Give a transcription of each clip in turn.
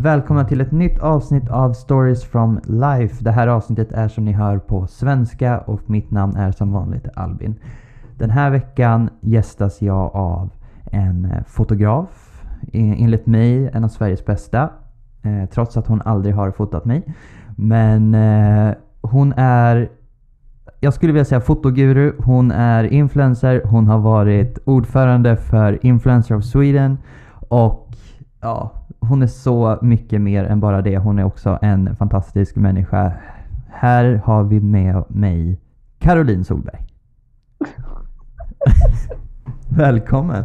Välkomna till ett nytt avsnitt av Stories from Life. Det här avsnittet är som ni hör på svenska och mitt namn är som vanligt Albin. Den här veckan gästas jag av en fotograf, enligt mig en av Sveriges bästa, trots att hon aldrig har fotat mig. Men hon är, jag skulle vilja säga fotoguru, hon är influencer, hon har varit ordförande för Influencer of Sweden och ja, hon är så mycket mer än bara det. Hon är också en fantastisk människa. Här har vi med mig Caroline Solberg. Välkommen.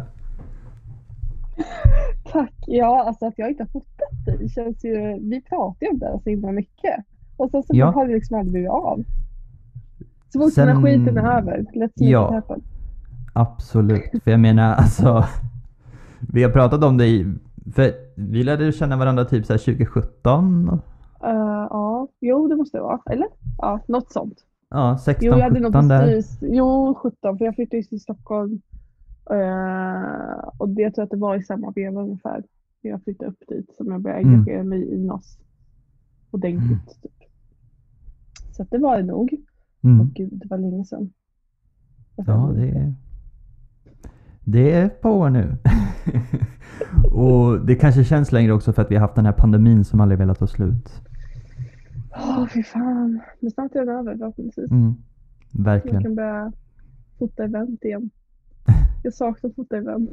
Tack. Ja, alltså att jag inte har fotat dig känns ju... Vi pratar ju inte så himla mycket. Och sen så har det liksom aldrig blivit av. Så fort den här skiten är över. Let's make it happen. Absolut. För jag menar, alltså... Vi har pratat om det för vi lärde känna varandra typ så här 2017. Ja, jo det måste det vara. Eller? Ja, något sånt. Ja, 16, jo, jag 17 där. Jo, 17. För jag flyttade just till Stockholm. Och det jag tror att det var i samma veva ungefär. Jag flyttade upp dit som jag började engagera mig i NOS. Och ordentligt typ. Så att det var det nog. Och gud, det var länge sedan. Ja, det är ett par år nu. Och det kanske känns längre också för att vi har haft den här pandemin som aldrig velat ta slut. Fy fan. Men snart är den över förhoppningsvis. Verkligen. Jag kan börja fota event igen. Jag saknar fota event.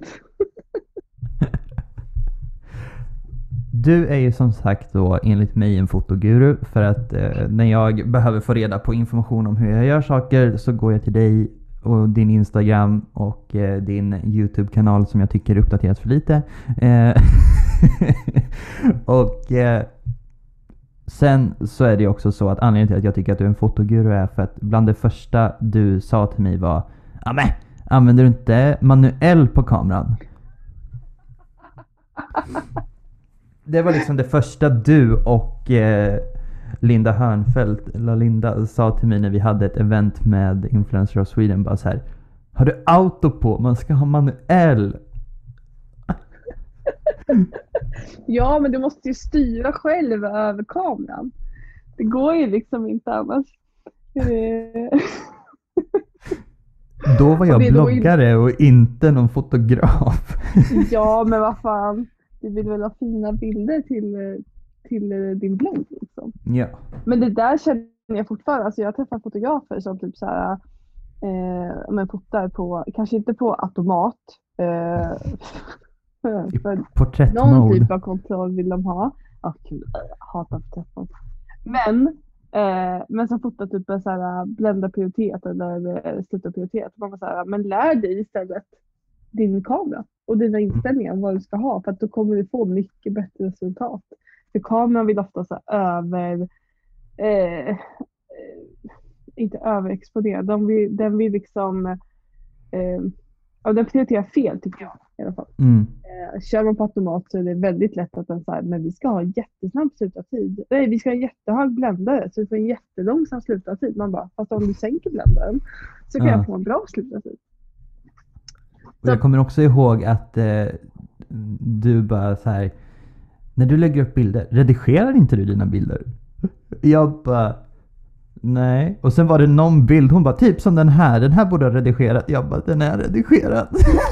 Du är ju som sagt då enligt mig en fotoguru. För att när jag behöver få reda på information om hur jag gör saker så går jag till dig och din Instagram och din YouTube-kanal som jag tycker uppdateras för lite. Och sen så är det också så att anledningen till att jag tycker att du är en fotoguru är för att bland det första du sa till mig var: men använder du inte manuell på kameran? Det var liksom det första du och Linda Hörnfeldt, eller Linda, sa till mig när vi hade ett event med Influencer of Sweden. Bara så här: har du auto på? Man ska ha manuell. Ja, men du måste ju styra själv över kameran. Det går ju liksom inte annars. Då var jag bloggare och inte någon fotograf. Ja, men vad fan. Du vill väl ha fina bilder till din blogg liksom. Ja. Men det där känner jag fortfarande. Alltså jag träffar fotografer som typ så här men fotar på, kanske inte på automat. För porträttmode. någon typ av kontroll vill de ha. Gud, jag hatar porträttmode. Men som fotar typ så här blända prioritet eller sluta prioritet. Man bara så här, men lär dig istället din kamera och dina inställningar vad du ska ha, för att då kommer du få mycket bättre resultat. För kameran vill ofta så inte överexponera. Den vill liksom den prioriterar fel tycker jag i alla fall. Kör man på automat så är det väldigt lätt att den säger, men vi ska ha jättesnabb slutartid. Nej, vi ska ha jättehög bländare så vi får en jättelångsam slutartid. Man bara, fast om du sänker bländaren så kan jag få en bra slutartid. Och jag kommer också ihåg att du bara så här: när du lägger upp bilder, redigerar inte du dina bilder? Jag bara, nej. Och sen var det någon bild, hon bara, typ som den här borde ha redigerat. Jag bara, den är redigerad.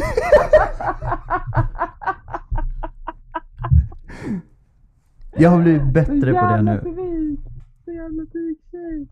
Jag har blivit bättre på det nu. Så jävla tjej.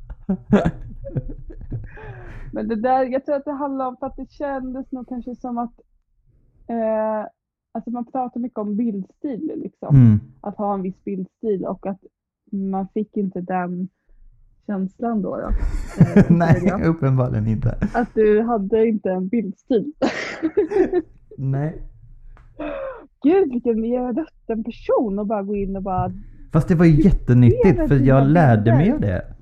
Men det där, jag tror att det handlar om för att det kändes nog kanske som att alltså man pratar mycket om bildstil liksom. Att ha en viss bildstil och att man fick inte den känslan då. Nej, uppenbarligen inte. Att du hade inte en bildstil. Nej. Gud, vilken en person och bara gå in och bara... Fast det var ju jättenyttigt för jag lärde mig av det.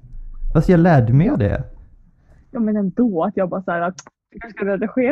Ja, men ändå att jag bara så här att jag ska redigera.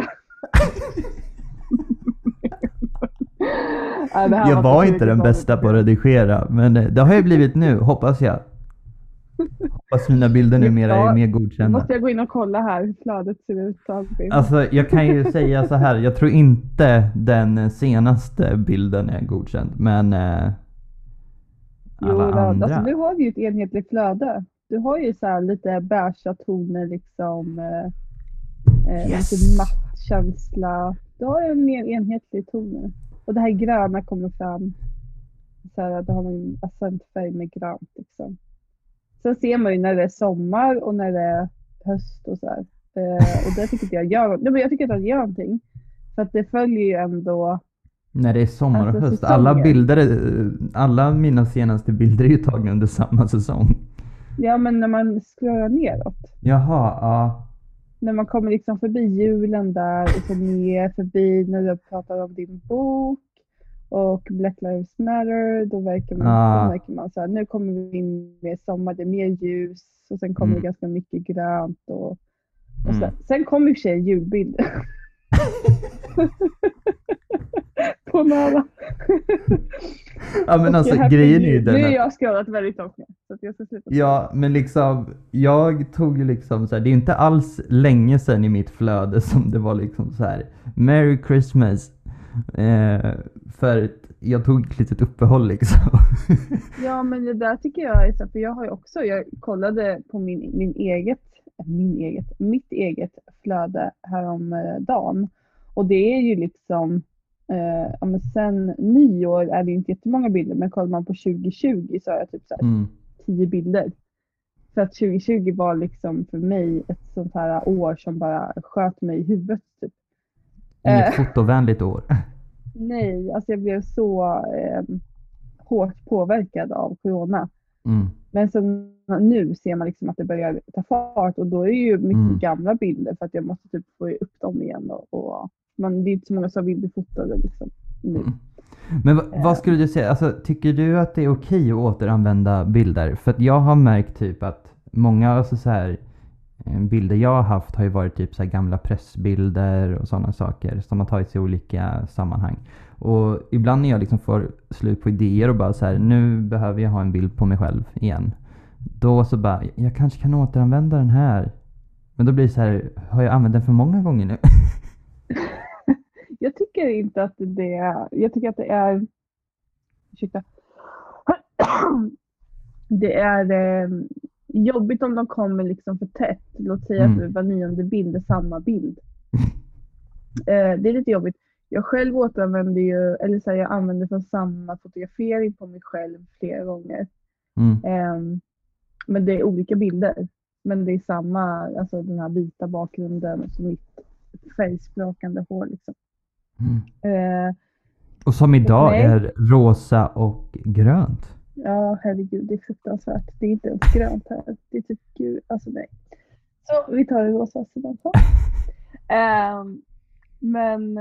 Jag var inte den bästa på att redigera, men det har jag blivit nu, hoppas jag. Hoppas mina bilder numera är mer godkända. Måste jag gå in och kolla här hur flödet ser ut? Alltså jag kan ju säga så här, jag tror inte den senaste bilden är godkänd, men alla andra. Alltså, du har ju ett enhetligt flöde. Du har ju så här lite beiga toner liksom. Lite matt känsla. Du har en mer enhetlig toner. Och det här gröna kommer fram. Så här, du har en accentfärg med grönt liksom. Sen ser man ju när det är sommar och när det är höst och så här. Och det tycker jag gör. Nej, men jag tycker att det gör någonting. För att det följer ju ändå. När det är sommar och höst. Säsonger. Alla mina senaste bilder är ju tagna under samma säsong. Ja, men när man scrollar neråt. Jaha, ja. När man kommer liksom förbi julen där och så ner förbi när du pratar om din bok och Black Lives Matter, då märker man så här, nu kommer vi in med sommar, det är mer ljus och sen kommer det ganska mycket grönt och sen kommer i och för sig julbild. På nära. Ja, men alltså grejen är ju den. Nu är jag scrollat väldigt ofta så att jag ska sluta. Ja, men liksom jag tog ju liksom så här, det är inte alls länge sedan i mitt flöde som det var liksom så här Merry Christmas. För jag tog ett litet uppehåll liksom. Ja, men det där tycker jag är så, för jag kollade på mitt eget flöde häromdagen. Och det är ju liksom men sen nyår är det inte jättemånga bilder, men kollar man på 2020 så har jag typ så här 10 bilder. För att 2020 var liksom för mig ett sånt här år som bara sköt mig i huvudet typ. Inget fotovänligt år. Nej, alltså jag blev så hårt påverkad av corona. Men sen nu ser man liksom att det börjar ta fart och då är det ju mycket gamla bilder för att jag måste typ få upp dem igen och det är inte så många som vill bli fotade liksom nu. Men vad skulle du säga, alltså, tycker du att det är okej att återanvända bilder? För att jag har märkt typ att många alltså, så här, bilder jag har haft har ju varit typ så här gamla pressbilder och sådana saker som har tagits i olika sammanhang. Och ibland när jag liksom får slut på idéer och bara så här, nu behöver jag ha en bild på mig själv igen. Då så bara, jag kanske kan återanvända den här. Men då blir det så här, har jag använt den för många gånger nu? Jag tycker inte att jag tycker att det är det är jobbigt om de kommer liksom för tätt. Låt säga att det var 9:e bild är samma bild. Det är lite jobbigt. Jag själv återanvänder ju, eller så här, jag använder från samma fotografering på mig själv flera gånger. Men det är olika bilder. Men det är samma, alltså den här vita bakgrunden och så mitt färgsprakande hår liksom. Och som idag är rosa och grönt. Ja, herregud, det är fruktansvärt. Det är inte ens grönt här. Det är typ gud, alltså nej. Så vi tar det rosa sidan på. Men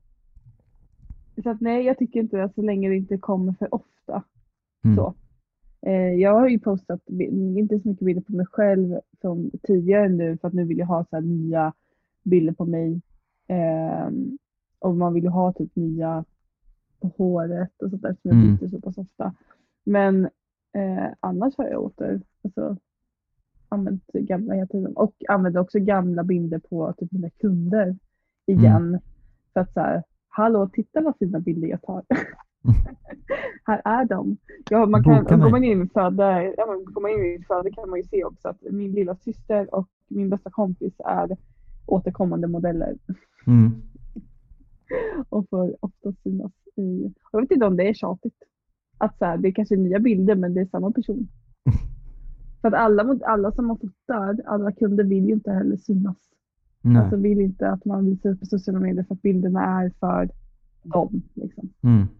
så att nej, jag tycker inte det så länge det inte kommer för ofta. Så. Jag har ju postat inte så mycket bilder på mig själv som tidigare nu, för att nu vill jag ha så här nya bilder på mig. Och man vill ju ha typ nya på håret och sånt där som jag byter så pass ofta. Men annars har jag använt gamla hela tiden. Och använder också gamla bilder på typ mina kunder igen. För att så här, hallå, titta vad fina bilder jag tar. Här är de. Ja, man kan, går man in i mitt flöde kan man ju se också att min lilla syster och min bästa kompis är återkommande modeller. Och får ofta synas i. Jag vet inte om det är tjatigt. Att så här, det är kanske nya bilder men det är samma person. För att alla som man fotar, alla kunder vill ju inte heller synas. Alltså vill inte att man visar upp på sociala medier för att bilderna är för dem. Liksom.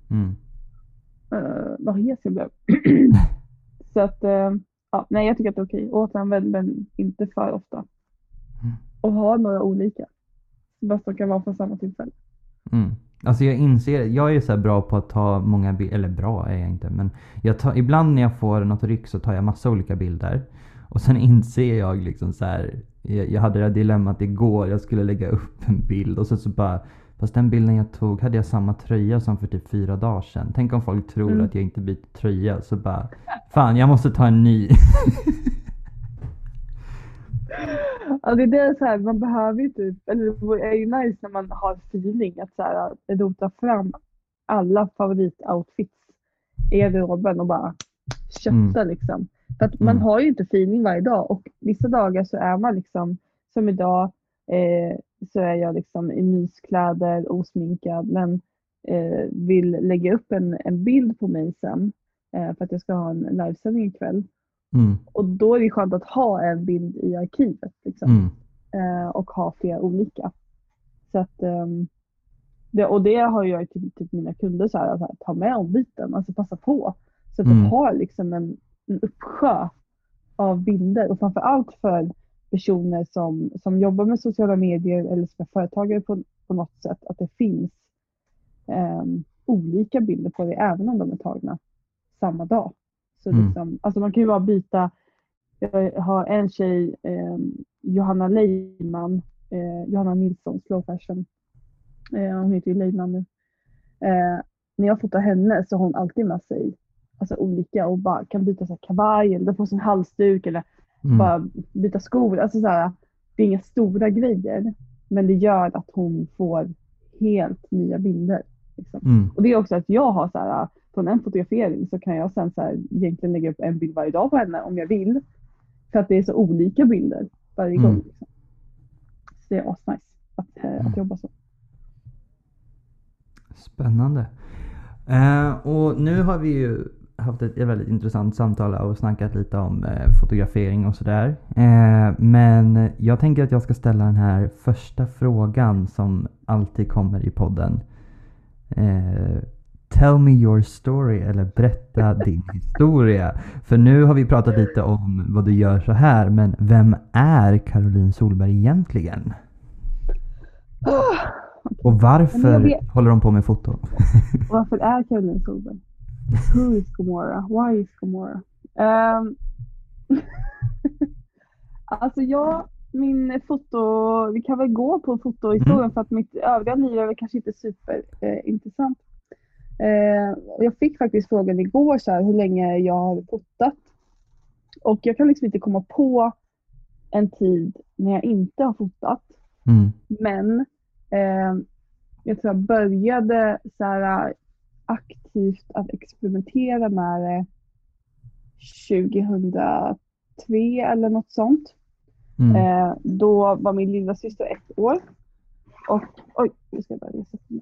Vad hes jag blev. Så att, nej, jag tycker att det är okej. Återanvänd, men inte för ofta. Och ha några olika. Bara som kan vara för samma tillfälle. Alltså jag är så här bra på att ta många bilder, eller bra är jag inte, men ibland när jag får något ryck så tar jag massa olika bilder. Och sen inser jag liksom så här, jag hade det här dilemmat igår, jag skulle lägga upp en bild och så bara, fast den bilden jag tog hade jag samma tröja som för typ 4 dagar sedan. Tänk om folk tror att jag inte byter tröja, så bara, fan jag måste ta en ny. Ja, det är så här, man behöver ju typ, eller det är ju nice när man har feeling att så här, rota fram alla favoritoutfits i garderoben och bara köpta liksom. För att man har ju inte feeling varje dag, och vissa dagar så är man liksom, som idag så är jag liksom i myskläder, osminkad, men vill lägga upp en bild på mig sen för att jag ska ha en livesändning ikväll. Och då är det skönt att ha en bild i arkivet liksom. Och ha flera olika. Så att det har jag till typ mina kunder så här, ta med ombyten, alltså passa på. Så att du har liksom en uppsjö av bilder, och framförallt för personer som jobbar med sociala medier eller som är företagare på något sätt, att det finns olika bilder på det även om de är tagna samma dag. Så liksom, alltså man kan ju bara byta. Jag har en tjej, Johanna Leiman, Johanna Nilsson, Slow Fashion. Hon heter ju Leiman nu. När jag fotar henne så har hon alltid med sig alltså olika, och bara kan byta så här kavaj eller få sin halsduk eller bara byta skor. Alltså så här, det är inga stora grejer, men det gör att hon får helt nya bilder. Liksom. Och det är också att jag har så här, från en fotografering så kan jag sen så här, egentligen lägga upp en bild varje dag på henne om jag vill. För att det är så olika bilder varje gång. Liksom. Så det är asnice att jobba så. Spännande. Och nu har vi ju haft ett väldigt intressant samtal och snackat lite om fotografering och sådär. Men jag tänker att jag ska ställa den här första frågan som alltid kommer i podden. Tell me your story, eller berätta din historia. För nu har vi pratat lite om vad du gör så här, men vem är Caroline Solberg egentligen? Och varför håller de på med foto? Varför är Caroline Solberg? Who is Gomorrah? Why is Gomorrah? Alltså min foto, vi kan väl gå på fotohistorien för att mitt övriga liv är väl kanske inte super intressant. Jag fick faktiskt frågan igår så här, hur länge jag har fotat. Och jag kan liksom inte komma på en tid när jag inte har fotat. Men jag tror jag började så här aktivt att experimentera med det 2003 eller något sånt. Då var min lilla syster 1 år. Och oj, nu ska jag bara resa för mig.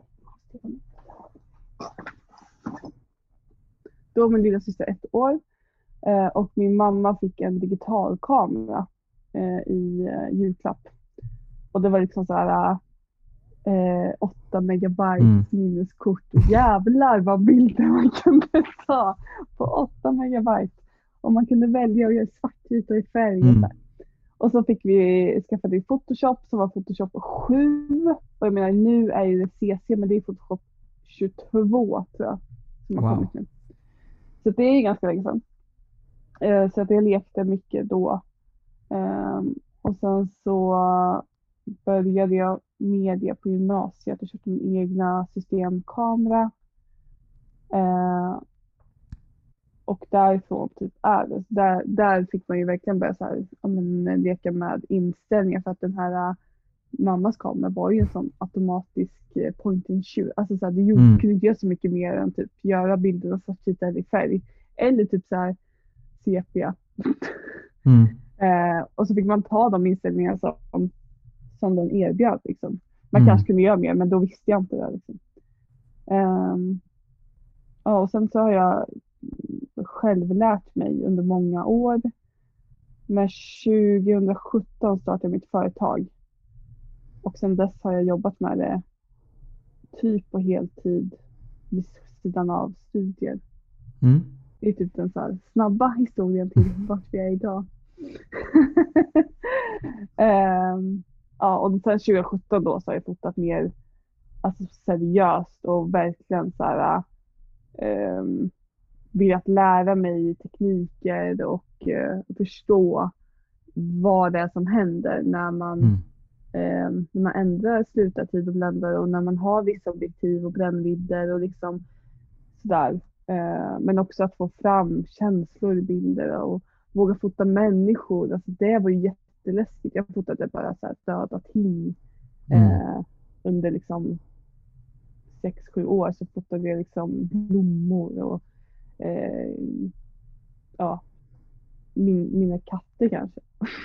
Då var min lilla syster 1 år. Och min mamma fick en digital kamera i julklapp. Och det var liksom så här 8 megabyte minuskort. Jävlar vad bilder man kunde ta på 8 megabyte. Och man kunde välja att göra svartvit och i färg. Och så fick vi skaffa det i Photoshop, som var Photoshop 7. Och jag menar, nu är det CC, men det är Photoshop 22 tror jag som har kommit nu. Så det är ganska länge sedan. Så att jag lekte mycket då. Och sen så började jag media på gymnasiet och köpte min egna systemkamera. Och därifrån typ där fick man ju verkligen börja så här, leka med inställningar, för att den här mammas kamera var ju en sån automatisk point and shoot. Alltså så här, du kunde inte göra så mycket mer än typ göra bilder och svartvita eller i färg. Eller typ så här sepia. Och så fick man ta de inställningar som den erbjöd liksom. Man kanske kunde göra mer, men då visste jag inte det liksom. Och sen så har jag själv lärt mig under många år. Men 2017 startade jag mitt företag. Och sen dess har jag jobbat med det typ på heltid vid sidan av studier. Det är typ den så här snabba historien till vart vi är idag. Och sen 2017 då så har jag fotat mer alltså seriöst och verkligen så här velat lära mig tekniker och förstå vad det är som händer när man ändrar slutartid och bländare, och när man har vissa objektiv och brännvidder och liksom sådär. Men också att få fram känslor i bilder och våga fota människor. Alltså det var ju jätteläskigt. Jag fotade bara så här döda ting under liksom 6-7 år, så fotade jag liksom blommor och ja, mina katter kanske.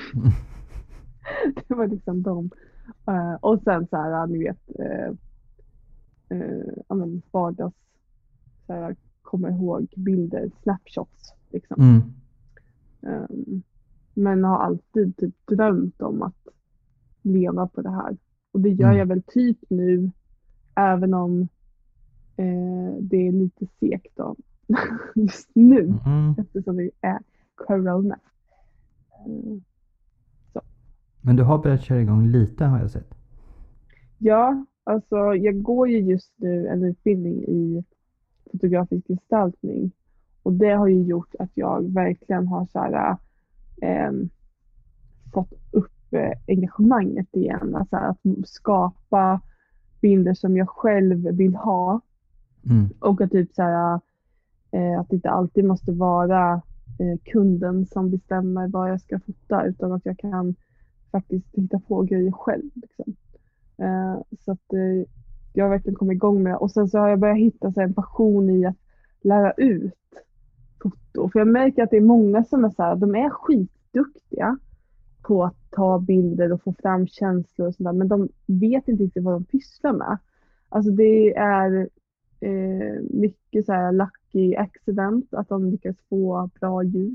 Det var liksom dem. Och sen så här, ni vet, ja, men vardags, så här, komma ihåg bilder, snapshots liksom. Men har alltid typ drömt om att leva på det här. Och det gör jag väl typ nu, även om det är lite segt då. Just nu, eftersom det är corona. Så. Men du har börjat köra igång lite, har jag sett. Ja, alltså jag går ju just nu en utbildning i fotografisk gestaltning. Och det har ju gjort att jag verkligen har så här, fått upp engagemanget igen. Alltså att skapa bilder som jag själv vill ha. Och att typ så här, att det inte alltid måste vara kunden som bestämmer vad jag ska fota, utan att jag kan faktiskt hitta på grejer själv. Liksom. Så att jag har verkligen kommit igång med det. Och sen så har jag börjat hitta så här, en passion i att lära ut foto. För jag märker att det är många som är så här, de är skitduktiga på att ta bilder och få fram känslor och sådär, men de vet inte riktigt vad de pysslar med. Alltså det är mycket så här lucky accident att de lyckas få bra ljus.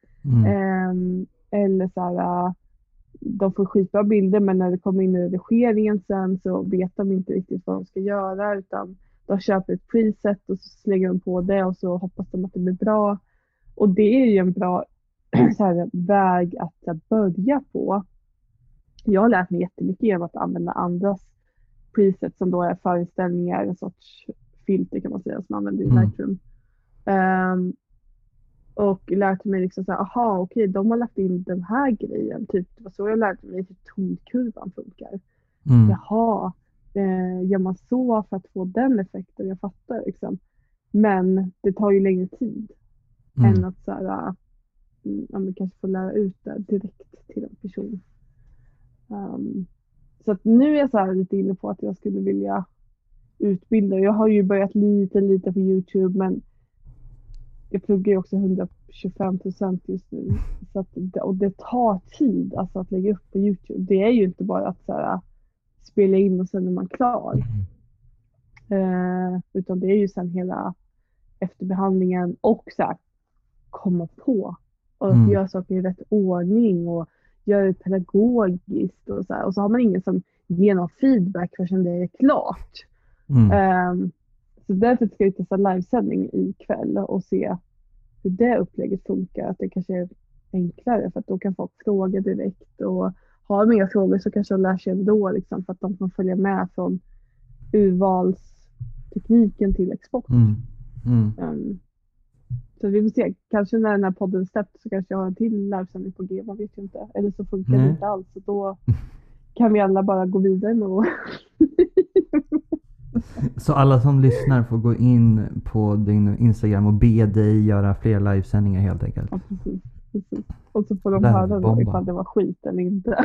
Eller så här, de får skitbra bilder, men när det kommer in i redigeringen sen så vet de inte riktigt vad de ska göra, utan de köper ett preset och så slänger de på det och så hoppas de att det blir bra. Och det är ju en bra så här, väg att så här, börja på. Jag har lärt mig jättemycket genom att använda andras preset som då är förinställningar, en sorts filter kan man säga som man använder i Lightroom. Och lärt mig liksom så här, aha, okej, de har lagt in den här grejen. Typ, det var så jag lärde mig hur tonkurvan funkar. Jaha, gör man så för att få den effekten? Jag fattar liksom. Men det tar ju längre tid än att så här, man kanske får lära ut det direkt till en person. Så att nu är jag så här lite inne på att jag skulle vilja utbilda. Jag har ju börjat lite på YouTube, men jag pluggar ju också 125% just nu. Så att, och det tar tid alltså, att lägga upp på YouTube. Det är ju inte bara att så här, spela in och sen är man klar. Utan det är ju sen hela efterbehandlingen och så här, komma på och göra saker i rätt ordning och göra det pedagogiskt och så här. Och så har man ingen som ger någon feedback förrän det är klart. Så därför ska jag testa livesändning ikväll och se hur det upplägget funkar. Att det kanske är enklare för att då kan folk fråga direkt, och har de inga frågor så kanske de lär sig ändå liksom, för att de kan följa med från urvalstekniken till export. Så vi får se, kanske när den här podden släpps så kanske jag har en till livesändning på G, man vet ju inte. Eller så funkar det inte alls, så då kan vi alla bara gå vidare med Så alla som lyssnar får gå in på din Instagram och be dig göra fler livesändningar helt enkelt. Ja, precis. Och så får de höra då ifall det var skit eller inte.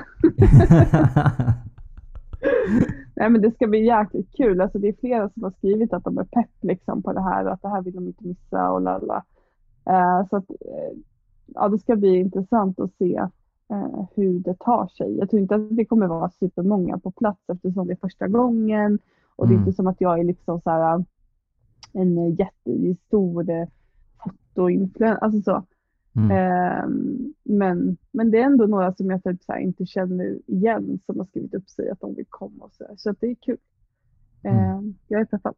Nej, men det ska bli jäkligt kul. Alltså det är flera som har skrivit att de är pepp liksom på det här och att det här vill de inte missa och lalla. Så att ja, det ska bli intressant att se hur det tar sig. Jag tror inte att det kommer vara supermånga på plats eftersom det är första gången. Och det är inte som att jag är liksom så här en jättestor fotoinfluencer. Alltså så. Men det är ändå några som jag typ så här inte känner igen som har skrivit upp sig att de vill komma och så att det är kul. Jag är peppad.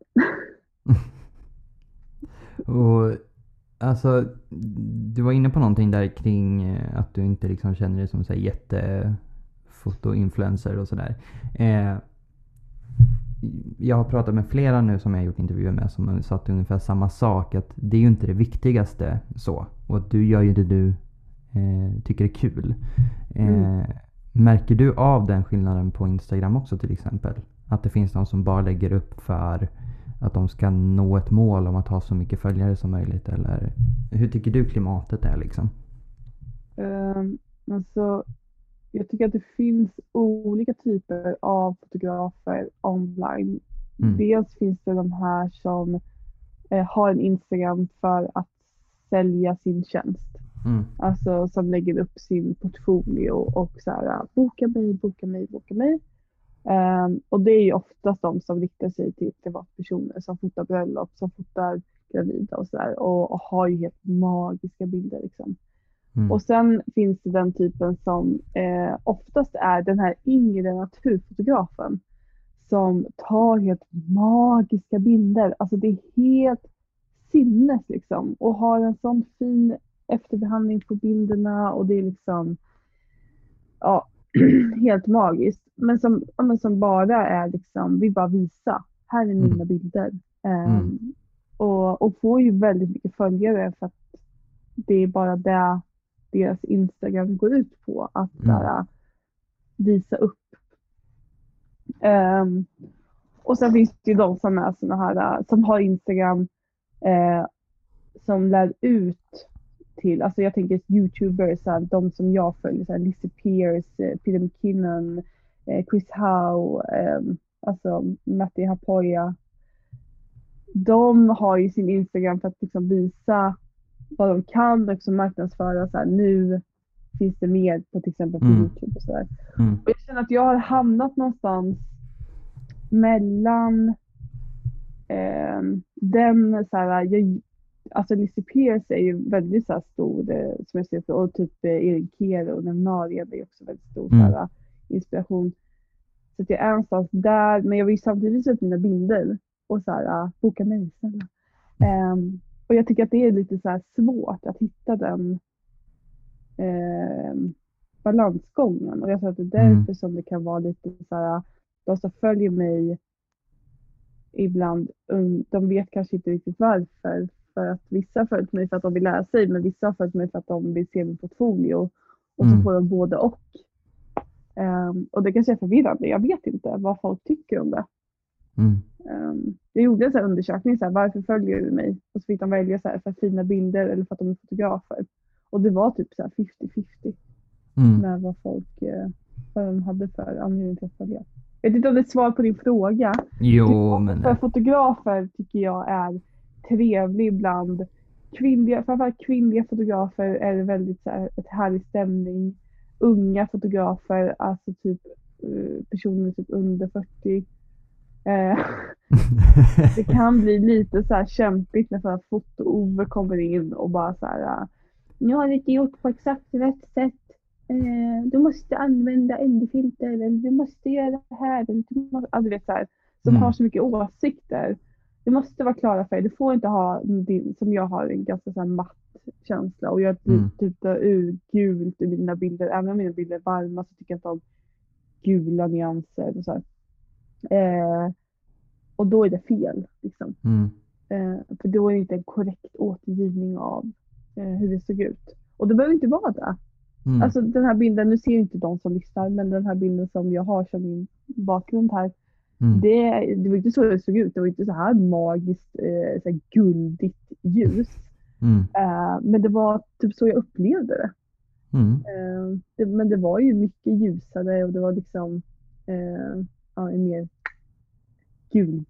Och alltså du var inne på någonting där kring att du inte liksom känner dig som så här jättefotoinfluencer och sådär. Jag har pratat med flera nu som jag har gjort intervjuer med som har sagt ungefär samma sak, att det är ju inte det viktigaste så, och att du gör ju det du tycker är kul. Märker du av den skillnaden på Instagram också till exempel? Att det finns någon som bara lägger upp för att de ska nå ett mål om att ha så mycket följare som möjligt, eller hur tycker du klimatet är liksom? Alltså jag tycker att det finns olika typer av fotografer online. Dels finns det de här som har en Instagram för att sälja sin tjänst. Alltså som lägger upp sin portfolio och så här, boka mig. Och det är ju oftast de som riktar sig till privatpersoner som fotar bröllop, som fotar gravida och sådär. Och har ju helt magiska bilder liksom. Och sen finns det den typen som oftast är den här yngre naturfotografen som tar helt magiska bilder. Alltså det är helt sinnes liksom. Och har en sån fin efterbehandling på bilderna och det är liksom ja, helt magiskt. Men som bara är liksom, vill bara visa. Här är mina bilder. Och får ju väldigt mycket följare för att det är bara det deras Instagram går ut på. Att där, visa upp. Och sen finns det ju de som är såna här, som har Instagram som lär ut till, alltså jag tänker YouTubers, de som jag följer, så här, Lizzie Pierce, Peter McKinnon, Chris Howe, alltså Matti Hapoya. De har ju sin Instagram för att liksom visa vad de kan och också marknadsföra så här, nu finns det mer på till exempel på YouTube och sådär. Och jag känner att jag har hamnat någonstans mellan den så här, alltså Lizzie Pierce är ju väldigt så här stor som jag ser på, och typ Erin Kero och Nevnaria är också väldigt stor så här, inspiration. Så att jag är någonstans där, men jag vill samtidigt visa upp mina bilder och så här, boka mig snälla. Och jag tycker att det är lite så här svårt att hitta den balansgången, och jag tror att det är därför som det kan vara lite så här, de som följer mig ibland, de vet kanske inte riktigt varför. För att vissa har följt mig för att de vill lära sig, men vissa har följt mig för att de vill se min portfolio. Och så får de både och. Och det kanske är förvirrande. Jag vet inte vad folk tycker om det. Jag gjorde en sån här undersökning, så här, varför följer du mig? Och så fick de välja så här, för fina bilder eller för att de är fotografer. Och det var typ så här 50-50 med vad folk vad de hade för anledning till att följa. Jag vet inte om det är ett svar på din fråga. Jo, men för fotografer tycker jag är trevlig ibland. Framförallt kvinnliga fotografer är det väldigt så här, ett härlig stämning. Unga fotografer, alltså typ personer typ under 40. Det kan bli lite så här kämpigt när så här foto-Ove kommer in och bara så här, nu har det inte gjort på exakt rätt sätt. Du måste använda ND-filter, eller du måste göra det här. Alltså, du vet, så här, som har så mycket åsikter. Du måste vara klara färger. Du får inte ha din, som jag har, en ganska så här matt känsla. Och jag typ ur gult i mina bilder. Även om mina bilder är varma så tycker jag inte om gula nyanser. Och, så här. Och då är det fel. Liksom. För då är det inte en korrekt återgivning av hur det såg ut. Och det behöver inte vara det. Alltså den här bilden, nu ser inte de som lyssnar, men den här bilden som jag har som min bakgrund här, det var inte så det såg ut. Det var inte så här magiskt så här guldigt ljus. Men det var typ så jag upplevde det. Men det var ju mycket ljusare och det var liksom en mer gul.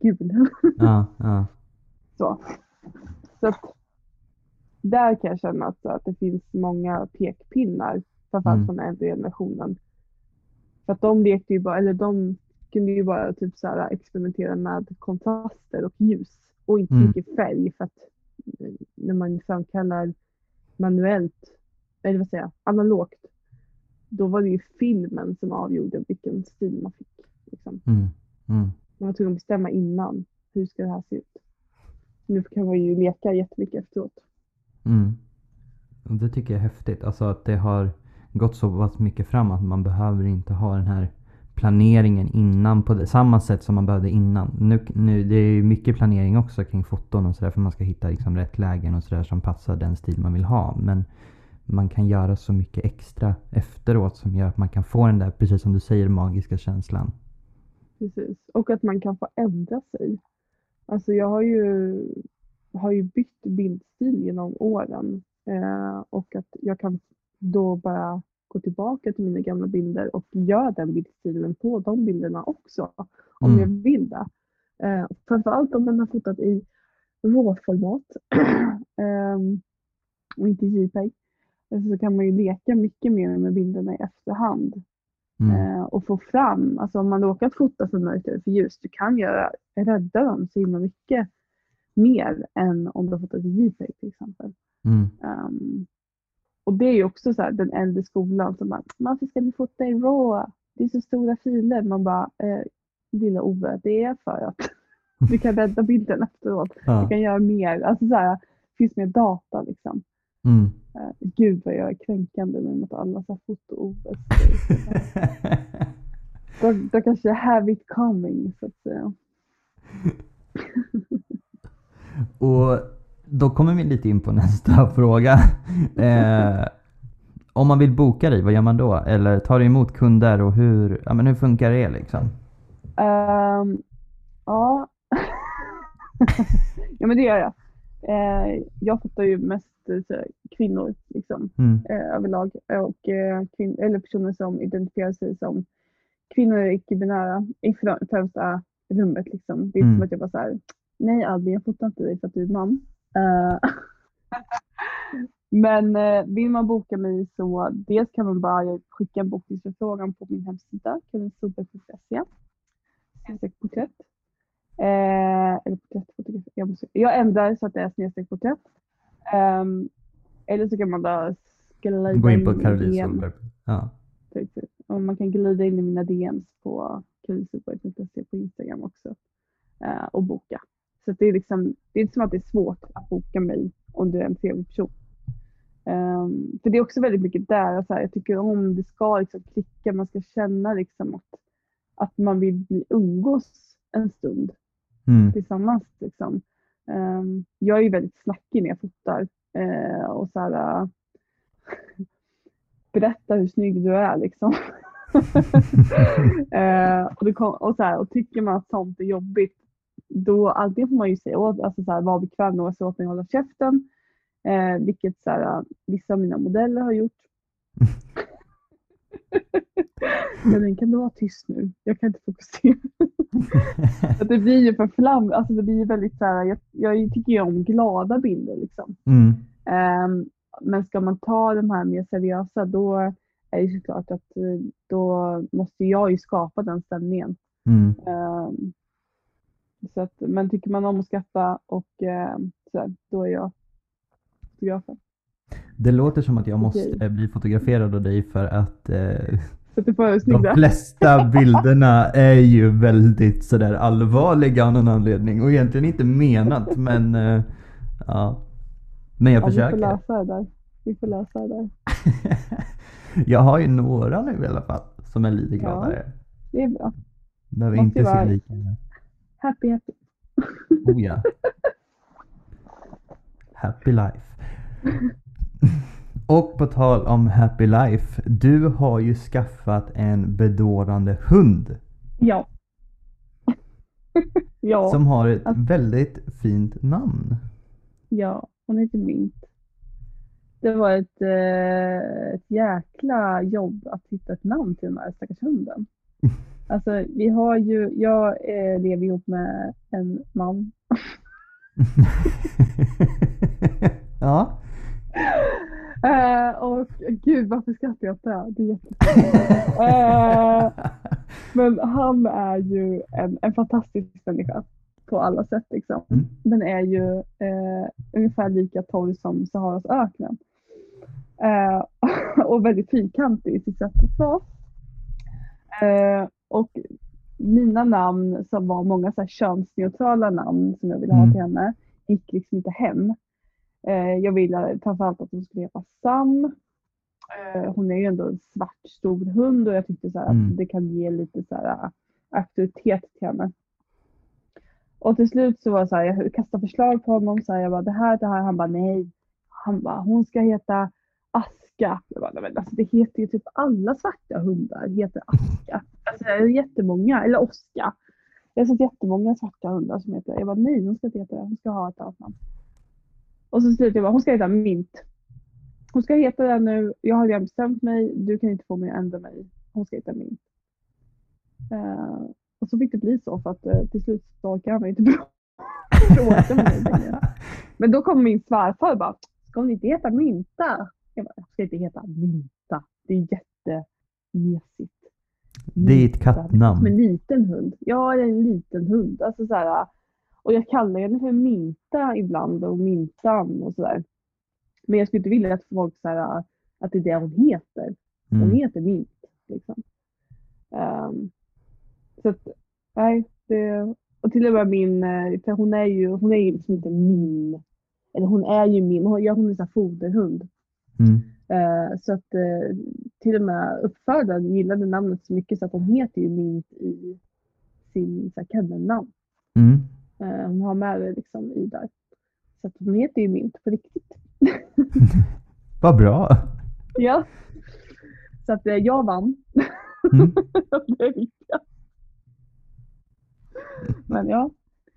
Så att där kan jag känna att det finns många pekpinnar, framförallt från den äldre generationen. För att de lekte ju bara, eller de kunde ju bara typ så här experimentera med kontraster och ljus och inte mycket färg, för att när man framkallar manuellt, eller vad säger jag, analogt, då var det ju filmen som avgjorde vilken stil man fick. Liksom. Man var tvungen att bestämma innan, hur ska det här se ut? Nu kan man ju leka jättemycket efteråt. Och det tycker jag är häftigt. Alltså att det har gått så pass mycket fram att man behöver inte ha den här planeringen innan på samma sätt som man behövde innan. Nu det är ju mycket planering också kring foton och sådär, för man ska hitta liksom rätt lägen och sådär som passar den stil man vill ha. Men man kan göra så mycket extra efteråt som gör att man kan få den där, precis som du säger, magiska känslan. Precis. Och att man kan få ändra sig. Alltså jag har ju bytt bildstil genom åren. Och att jag kan då bara gå tillbaka till mina gamla bilder och göra den bildstilen på de bilderna också. Om jag vill det. Framförallt om man har fotat i råformat. Och inte JPEG. så kan man ju leka mycket mer med bilderna i efterhand. Och få fram, alltså om man råkat fota för mörkt eller för ljust, du kan rädda dem så himla mycket mer än om du har fotat i JPEG till exempel. Och det är ju också så här, den äldre skolan som bara, varför ska ni fota i RAW? Det är så stora filer. Man bara, lilla Ove, det är för att vi kan rädda bilden efteråt. Ja. Vi kan göra mer, alltså så här, det finns mer data liksom. Gud vad jag är kränkande nu mot alla så här foto-Ove. Då kanske have it coming så att säga. Och då kommer vi lite in på nästa fråga. Om man vill boka dig, vad gör man då? Eller tar du emot kunder och hur funkar det liksom? Ja. Ja men det gör jag. Jag fotar ju mest kvinnor liksom, överlag. Och eller personer som identifierar sig som kvinnor är icke-binära i främsta rummet liksom. Det är som att jag bara så här, nej Albin, jag fotar inte dig för att du är man. Men vill man boka mig så dels kan man bara skicka en bokningsförfrågan på min hemsida karinsolberg.se /porträtt. Eller porträttfotografi. Jag ändrar så att det är /porträtt. Eller så kan man då gå in på Caroline Solberg. Ja. Och man kan glida in i mina DMs på karinsolberg.se på Instagram också. Och boka. Så det är liksom, det är inte som att det är svårt att boka mig om du är en trevlig person. För det är också väldigt mycket där. Så här, jag tycker om det ska liksom klicka. Man ska känna liksom att man vill umgås en stund tillsammans. Liksom. Jag är ju väldigt snackig när jag fotar. Och så här, berätta hur snygg du är liksom. Och tycker man att sånt är jobbigt, då alltid får man ju säga alltså så här, var bekväm några så att man håller käften. Vilket så här, vissa av mina modeller har gjort. Men kan du vara tyst nu? Jag kan inte fokusera. Det blir ju för flam. Alltså det blir väldigt så här, jag tycker ju om glada bilder liksom. Men ska man ta de här mer seriösa, då är det såklart att då måste jag ju skapa den stämningen. Så att, men tycker man om att skratta och så här, då är jag fotografen. Det låter som att jag måste bli fotograferad av dig för att de flesta bilderna är ju väldigt sådär allvarliga av någon anledning och egentligen inte menat, men ja. Men jag försöker. Vi får läsa det där. Jag har ju några nu i alla fall som är lite gladare. Ja, det är bra. Behöver inte se lika. Happy. Oh ja. Happy life. Och på tal om happy life, du har ju skaffat en bedårande hund. Ja. Ja. Som har ett väldigt fint namn. Ja, hon heter Mint. Det var ett jäkla jobb att hitta ett namn till den här stackars hunden. Alltså jag lever ihop med en man. Ja. Och gud, varför skrattar jag inte? Det är jättefint. Men han är ju en fantastisk människa på alla sätt liksom. Men är ju ungefär lika torr som Saharas öknen. Och väldigt fyrkantig i sitt sätt att vara. Och mina namn, som var många så här könsneutrala namn som jag ville ha till henne, gick liksom inte hem. Jag ville framförallt att hon skulle heta Sam. Hon är ju ändå en svart stor hund och jag tyckte så här att det kan ge lite så här auktoritet till henne. Och till slut så var det så här, jag kastade förslag på honom, så här, jag bara det här, han bara nej. Han bara, hon ska heta Aska. Jag bara, men alltså det heter ju typ alla svarta hundar heter Aska. Alltså det är jättemånga, eller Oska. Jag har sett jättemånga svarta hundar som heter, jag bara nej, hon ska inte heta det, hon ska ha ett annat namn. Och så slutade jag bara, hon ska heta Mint. Hon ska heta det nu, jag har redan bestämt mig, du kan inte få mig att ändra mig. Hon ska heta Mint. Och så fick det bli så, för att till slut så orkar jag mig inte bra. Men då kom min svärfar och bara, ska hon inte heta Minta? Jag ska inte heta Minta. Det är jättemesigt. Det är ett kattnamn. Som en liten hund. Ja, det är en liten hund. Alltså så här, och jag kallar henne för Minta ibland och Mintan och sådär. Men jag skulle inte vilja att folk så här, att det är det hon heter. Hon heter Mint. Liksom. Så att, nej, det, och till och med min, för hon är ju liksom inte min, eller hon är ju min, hon är en sån här foderhund. Så att till och med uppfödaren gillade namnet så mycket så att hon heter ju Mint i sin kennelnamn. Hon har med det liksom i där. Så att hon heter ju Mint på riktigt. Vad bra. Ja. Så att jag vann. Det är viktigt. Men ja.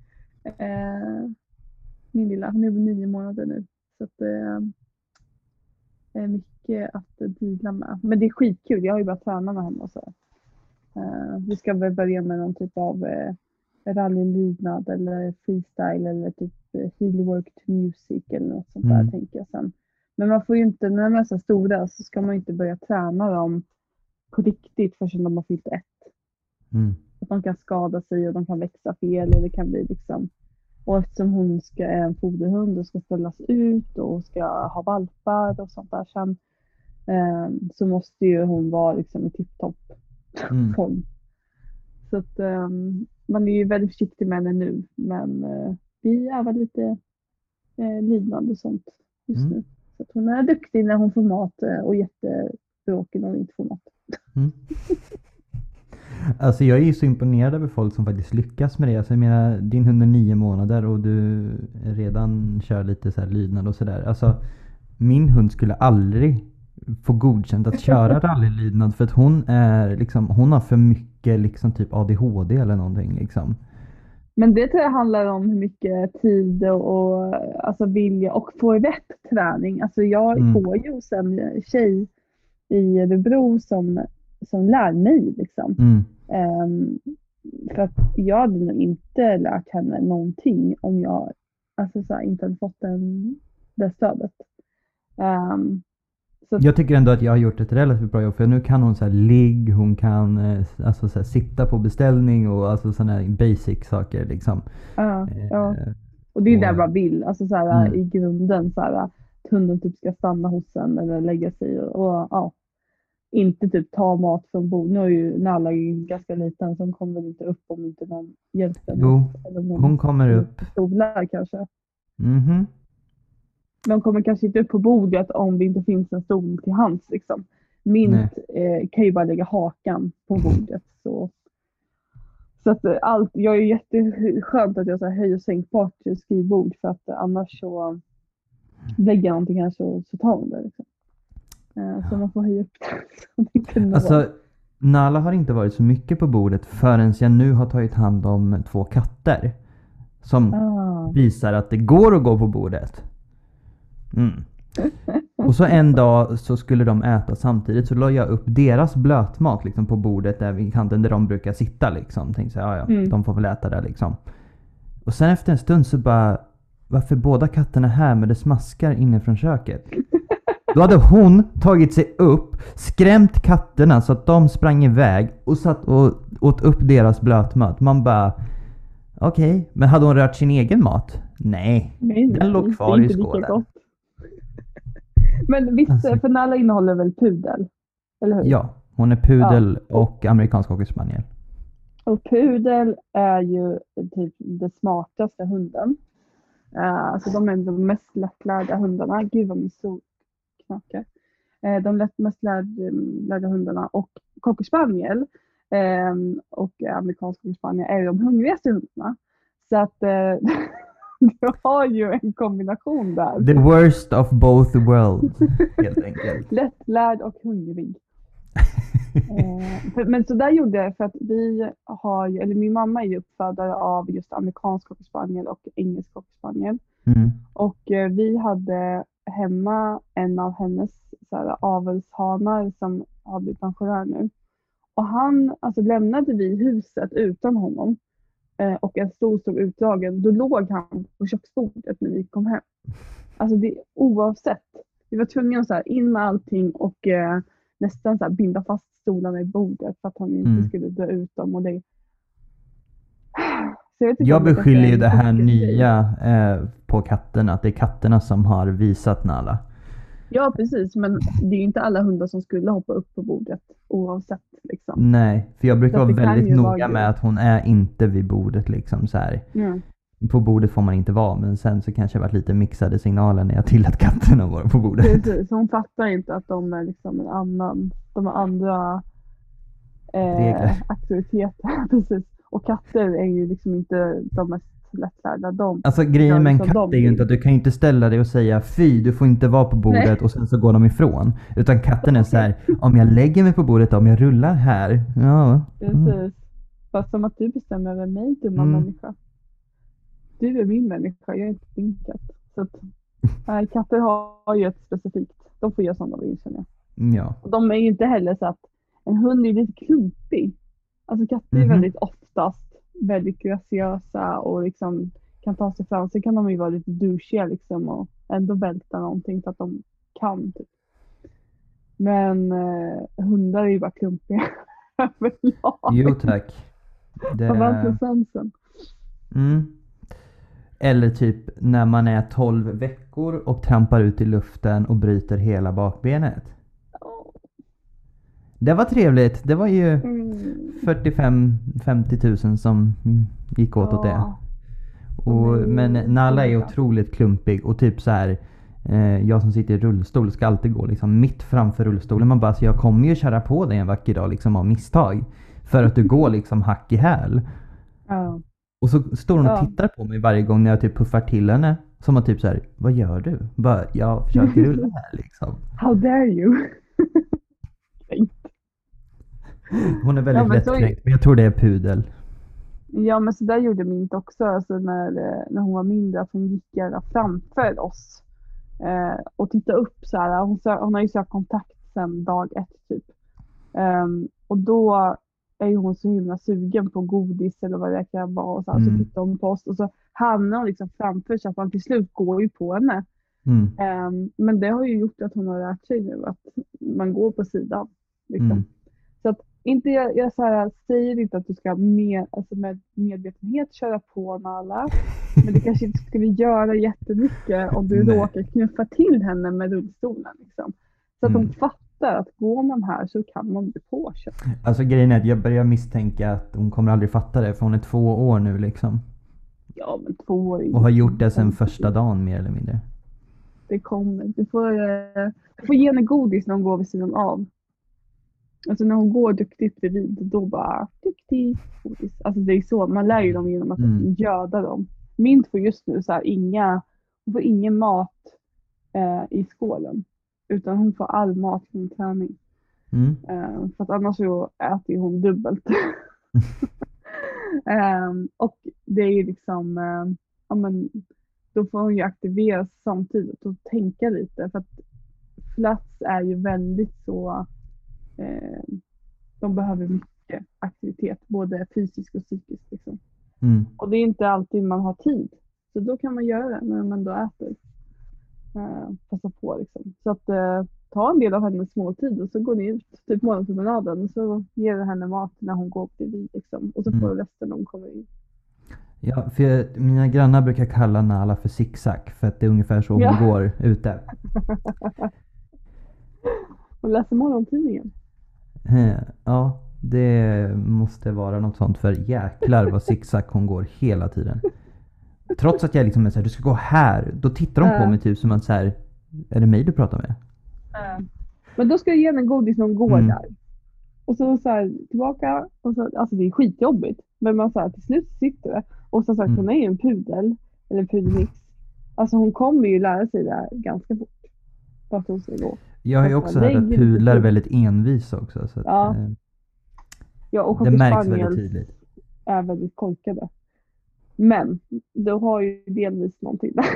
Min lilla, hon är 9 månader nu. Så att det är mycket att deala med. Men det är skitkul. Jag har ju bara tränat med henne och så. Vi ska väl börja med någon typ av rallylydnad eller freestyle eller typ heelwork to music eller något sånt där tänker jag sen. Men man får ju inte, när de är så stora så ska man ju inte börja träna dem på riktigt förrän de har fyllt 1. Att de kan skada sig och de kan växa fel och det kan bli liksom. Och eftersom hon är en foderhund och ska ställas ut och ska ha valpar och sånt där sen så måste ju hon vara liksom i tipptopp form. Så att man är ju väldigt försiktig med henne nu men vi övar lite lydnad och sånt just nu. Så att hon är duktig när hon får mat och jättebråkig när hon inte får mat. Alltså jag är ju så imponerad över folk som faktiskt lyckas med det. Alltså jag menar, din hund är 9 månader och du redan kör lite så här lydnad och sådär. Alltså min hund skulle aldrig få godkänt att köra rallylydnad för att hon är liksom, hon har för mycket liksom typ ADHD eller någonting liksom. Men det tror jag handlar om hur mycket tid och alltså vilja och få rätt träning. Alltså jag får ju en tjej i Örebro som lär mig liksom. För att jag hade nog inte lärt henne någonting om jag alltså så här, inte hade fått det stödet. Så jag tycker ändå att jag har gjort ett relativt bra jobb för nu kan hon så här ligg, hon kan alltså så här, sitta på beställning och alltså sådana här basic saker liksom. Ja. Och det är det man vill, alltså så här i grunden så här att hunden typ ska stanna hos en eller lägga sig och ja. Inte typ ta mat från bord. Nu är ju Nalla ganska liten så hon kommer väl inte upp om inte någon hjälper. Jo, hon kommer upp. Stolar kanske. Men hon kommer kanske inte upp på bordet om det inte finns en stol till hands liksom. Mint kan ju bara lägga hakan på bordet. Så att jag är jätteskönt att jag så här höj- och sänkbart skrivbord för att annars så lägger jag någonting här så tar hon det liksom. Så man får höja upp det. Alltså Nala har inte varit så mycket på bordet förrän jag nu har tagit hand om 2 katter. Som visar att det går att gå på bordet. Och så en dag så skulle de äta samtidigt så la jag upp deras blötmat liksom på bordet där vid kanten där de brukar sitta liksom. Tänkte så de får väl äta där liksom. Och sen efter en stund så bara, varför båda katterna här med det smaskar inifrån köket? Då hade hon tagit sig upp, skrämt katterna så att de sprang iväg och satt och åt upp deras blötmat. Man bara, okej, men hade hon rört sin egen mat? Nej, den låg kvar i skålen. Men visst, för Nalla innehåller väl pudel? Eller hur? Ja, hon är pudel och amerikansk cockerspaniel. Och pudel är ju typ det smartaste hunden. Alltså de är de mest lättlärda hundarna. Gud vad min sol knakar. De mest lärda hundarna. Och cockerspaniel och amerikansk cockerspaniel är de hungrigaste hundarna. Så att du har ju en kombination där. The worst of both worlds, helt enkelt. Lättlärd och hungrig. Men så där gjorde jag för att min mamma är ju uppfödare av just amerikansk cockerspaniel och engelsk cockerspaniel. Och vi hade hemma en av hennes så här, avelshanar som har blivit pensionär nu. Och han, alltså lämnade vi huset utan honom. Och en stor stod utdragen. Då låg han på köksbordet när vi kom hem. Alltså det oavsett vi var tvungna att så här, in med allting och nästan så här, binda fast stolarna i bordet för att han inte skulle dra ut dem. Och det... Så jag beskyller ju det här nya på katterna, att det är katterna som har visat Nala. Ja, precis. Men det är ju inte alla hundar som skulle hoppa upp på bordet oavsett. Liksom. Nej, för jag brukar vara väldigt noga med att hon är inte vid bordet. Liksom, så här. Mm. På bordet får man inte vara, men sen så kanske det varit lite mixade signaler när jag tillät katterna vara på bordet. Precis, hon fattar inte att de är liksom en annan, de har andra aktiviteter. Precis. Och katter är ju liksom inte de mest lättlärda. Alltså grejen med en katt är ju inte att du kan inte ställa dig och säga fy, du får inte vara på bordet. Nej. Och sen så går de ifrån. Utan katten är så här, om jag lägger mig på bordet, om jag rullar här. Ja. Precis. Fast som att du bestämmer över mig, dumma människa. Du är min människa, jag är inte din katt. Så att, katter har ju ett specifikt, de får göra som de vill, känner jag. Ja. Och de är ju inte heller så att en hund är lite klumpig. Alltså katter är väldigt oftast väldigt graciösa och liksom kan ta sig fram. Så kan de ju vara lite douchiga liksom och ändå välta någonting för att de kan. Typ. Men hundar är ju bara klumpiga. Jo tack. Det är sensen. Eller typ när man är 12 veckor och trampar ut i luften och bryter hela bakbenet. Det var trevligt. Det var ju 45-50 000 som gick åt det. Men Nala är otroligt klumpig och typ så här. Jag som sitter i rullstol ska alltid gå liksom mitt framför rullstolen. Man bara, så jag kommer ju köra på dig en vacker dag liksom av misstag. För att du går liksom hack i häl. Och så står hon och tittar på mig varje gång när jag typ puffar till henne. Som att typ så här, vad gör du? Bara, jag försöker rulla här liksom. How dare you? Hon är väldigt lättkränkt, men jag tror det är pudel. Ja, men så där gjorde Mint också. Alltså när hon var mindre, att hon gick gärna framför oss. Och tittade upp så här. Hon har ju sökt kontakt sedan dag 1 typ. Och då är hon så himla sugen på godis eller vad det kan vara. Och så tittar hon på oss och så hamnar hon liksom framför så att man till slut går ju på henne. Men det har ju gjort att hon har lärt sig nu att man går på sidan. Liksom. Så att inte jag så här, säger inte att du ska alltså med medvetenhet köra på Nala. Men det kanske inte skulle göra jättemycket om du råkar knuffa till henne med rullstolen. Liksom. Så att hon fattar att går man här så kan man bli påkörd. Alltså grejen är att jag börjar misstänka att hon kommer aldrig fatta det. För hon är 2 år nu liksom. Ja, men 2 år. Och har gjort det sedan första dagen mer eller mindre. Det kommer. Du får ge henne godis när hon går vid sidan av. Alltså när hon går duktigt bredvid, då bara duktig godis. Alltså det är så, man lär ju dem genom att göda dem. Mint får just nu så här hon får ingen mat i skålen. Utan hon får all mat från träning. För att annars så äter hon dubbelt. Och det är ju liksom, då får hon ju aktiveras samtidigt och tänka lite. För att flats är ju väldigt så, de behöver mycket aktivitet, både fysiskt och psykiskt. Liksom. Och det är inte alltid man har tid. Så då kan man göra det när man då äter. Passa på liksom. Så att ta en del av hennes måltid och så går ni ut typ morgonpromenaden och så ger du henne mat när hon går bredvid liksom. Och så får du resten när hon kommer in. Ja, för mina grannar brukar kalla Nala för zigzag för att det är ungefär så hon går ute. Och läser morgontidningen. Ja, det måste vara något sånt, för jäklar vad zigzag hon går hela tiden. Trots att jag liksom är så här, du ska gå här. Då tittar de på mig typ som att så här, är det mig du pratar med? Men då ska jag ge henne godis när hon går där. Och så här, tillbaka. Och så, alltså det är skitjobbigt. Men man så här, till slut sitter det. Och så sagt, hon är ju en pudel. Eller en pudelmix. Alltså hon kommer ju lära sig det här ganska fort. Fast hon ska gå. Jag har ju också hört att pudlar är väldigt envisa också. Så att, och det märks väldigt tydligt. Är väldigt kolkade. Men då har ju delvis någonting där.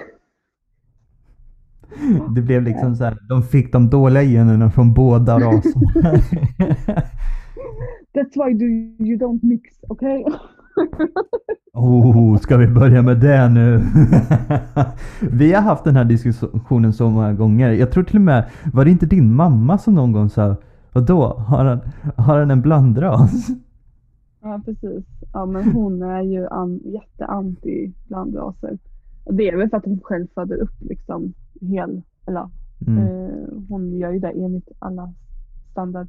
Det blev liksom så här, de fick de dåliga generna från båda raserna. That's why you don't mix, okay? Oh, ska vi börja med det nu? Vi har haft den här diskussionen så många gånger. Jag tror till och med, var det inte din mamma som någon gång sa, vadå, har han en blandras? Ja, precis. Ja, men hon är ju jätteanti blandraser. Och det är väl för att hon själv föder upp liksom eller hon gör ju det enligt alla standard.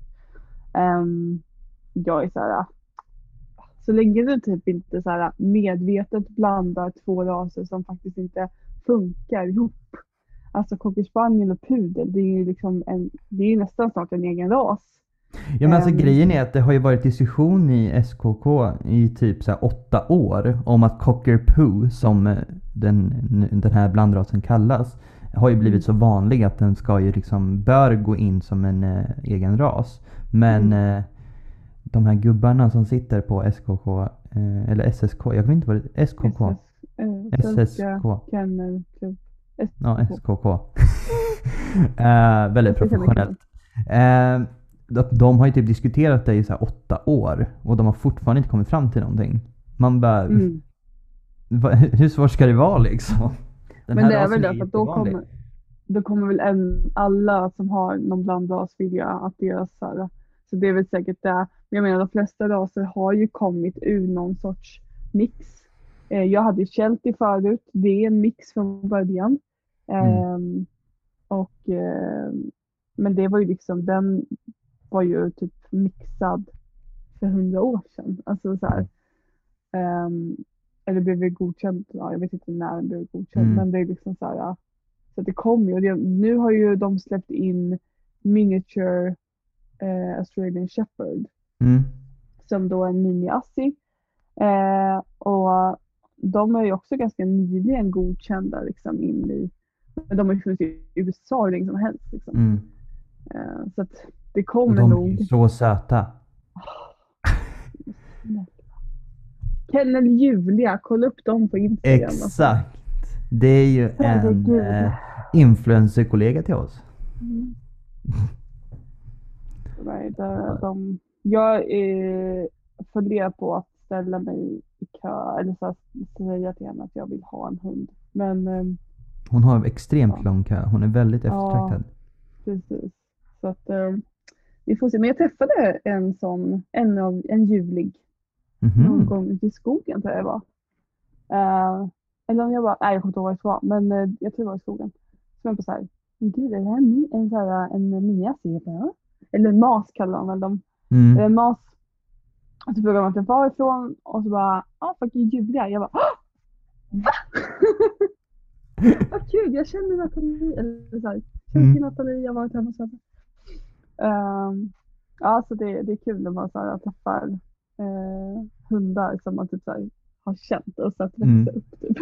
Jag är så här, så länge du typ inte så här medvetet blandar två raser som faktiskt inte funkar ihop. Alltså cocker spaniel och pudel, det är ju liksom det är ju nästan snart en egen ras. Ja, men alltså grejen är att det har ju varit diskussion i SKK i typ så här 8 år om att cocker poo, som den här blandrasen kallas, har ju blivit så vanlig att den ska ju liksom bör gå in som en egen ras. Men de här gubbarna som sitter på SKK eller SSK, jag vet inte vad det är, SKK. SSK. Ja, SKK. Väldigt professionellt. De har ju typ diskuterat det i så här 8 år och de har fortfarande inte kommit fram till någonting. Man bara hur svårt ska det vara liksom? Men det är väl det, för då kommer väl alla som har någon blandras vilja att deras så det är väl säkert det. Men jag menar, de flesta raser har ju kommit ur någon sorts mix. Jag hade ju Sheltie förut. Det är en mix från början. Men det var ju liksom, den var ju typ mixad för 100 år sedan. Alltså så här. Eller blev det godkänt? Ja, jag vet inte när den blev godkänd. Men det är liksom så här. Så det kommer ju. Nu har ju de släppt in miniature Australian Shepherd. Som då är en mini-assi. Och de är ju också ganska nyligen godkända liksom in i. Men de har ju funnits i USA hur länge som helst liksom. Så att det kommer och nog. De är så söta. Kennel Julia, kolla upp dem på Instagram. Exakt. Det är ju en influencerkollega till oss. Jag funderar på att ställa mig i kö eller så säga till henne att jag vill ha en hund. Men hon har extremt lång kö. Hon är väldigt eftertraktad. Ja, precis. Så att vi får se. Men jag träffade en julig någon gång ute i skogen, tror jag var. Eller om jag bara, nej jag kommer inte ihåg vad det var, men jag tror det var i skogen. Så jag på så här, men gud, är det här en mini-assi? Eller en mas kallar de väl dem. Eller en mas. Och så frågade man inte varifrån, och så bara, fucking Julia. Jag bara, va? Vad kul, jag känner Nathalie. Eller så här, känner Nathalie, jag har varit hemma och så. Ja, så det är kul när man så här träffar hundar som man typ så här har känt och så att växa upp typ.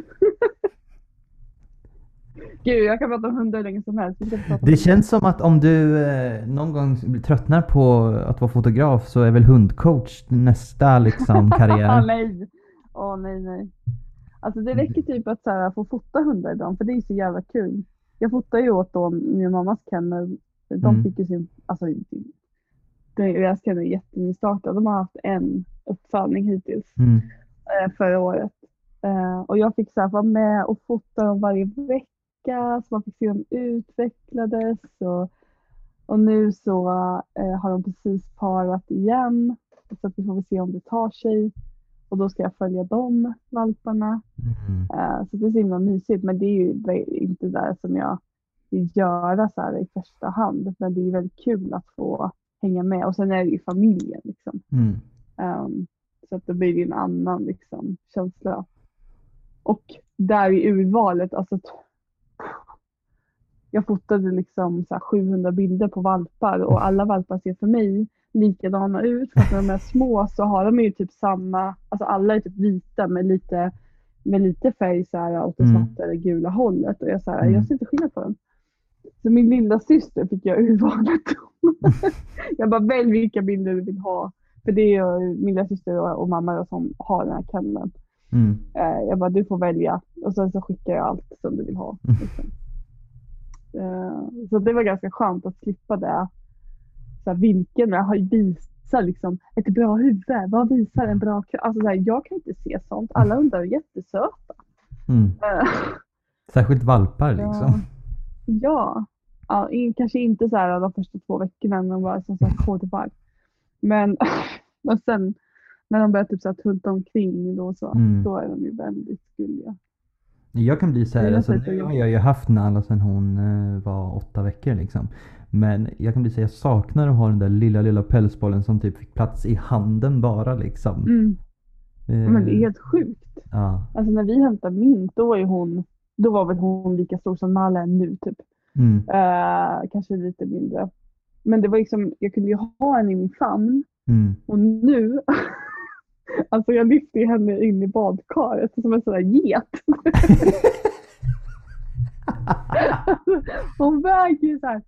Gud, jag kan prata om hundar hur länge som helst. Det känns som att om du någon gång tröttnar på att vara fotograf så är väl hundcoach nästa liksom karriär. Nej. Alltså det räcker typ att så här, få fota hundar ibland, för det är så jävla kul. Jag fotar ju åt då min mammas kennel. De fick ju sin, alltså deras kennel är jättenystartad. De har haft en uppfödning hittills förra året. Och jag fick så här vara med och fota dem varje vecka. Så man fick se dem utvecklades. Och nu så har de precis parat igen. Så att vi får se om det tar sig. Och då ska jag följa de valparna. Så det är så himla mysigt. Men det är ju inte där som jag vill göra så här i första hand. Men det är väldigt kul att få hänga med. Och sen är det ju familjen liksom. Så att det blir en annan liksom känsla. Och där i urvalet, alltså jag fotade liksom så här 700 bilder på valpar och alla valpar ser för mig likadana ut. För att när de är små så har de ju typ samma, alltså alla är typ vita med lite färg så här åt det svarta eller gula hållet. Och jag ser inte skillnad på dem. Så min lilla syster fick jag urvalet. Jag bara, välj vilka bilder du vill ha. För det är min lilla syster och mamma som har den här kenneln. Jag bara, du får välja. Och sen så skickar jag allt som du vill ha. Liksom. Så det var ganska skönt att slippa det. Så här, vilken jag har visat visar liksom ett bra huvud? Vad visar en bra kropp? Alltså så här, jag kan inte se sånt. Alla hundar är jättesöta. Särskilt valpar liksom. Ja. Kanske inte så här de första 2 veckorna när de var som sagt kodvalp. Men sen när de börjar typ så här tulta omkring då är de ju väldigt gulliga. Jag kan bli så här, alltså, nu har jag ju haft Nala sedan hon var 8 veckor liksom. Men jag kan bli så här, jag saknar att ha den där lilla pälsbollen som typ fick plats i handen bara liksom. Men det är helt sjukt. Ja. Alltså när vi hämtade Mint, då var väl hon lika stor som Nala är nu typ. Kanske lite mindre. Men det var liksom, jag kunde ju ha henne i min famn. Och nu alltså jag lyfter henne in i badkaret som en sån där get. Hon väger ju så här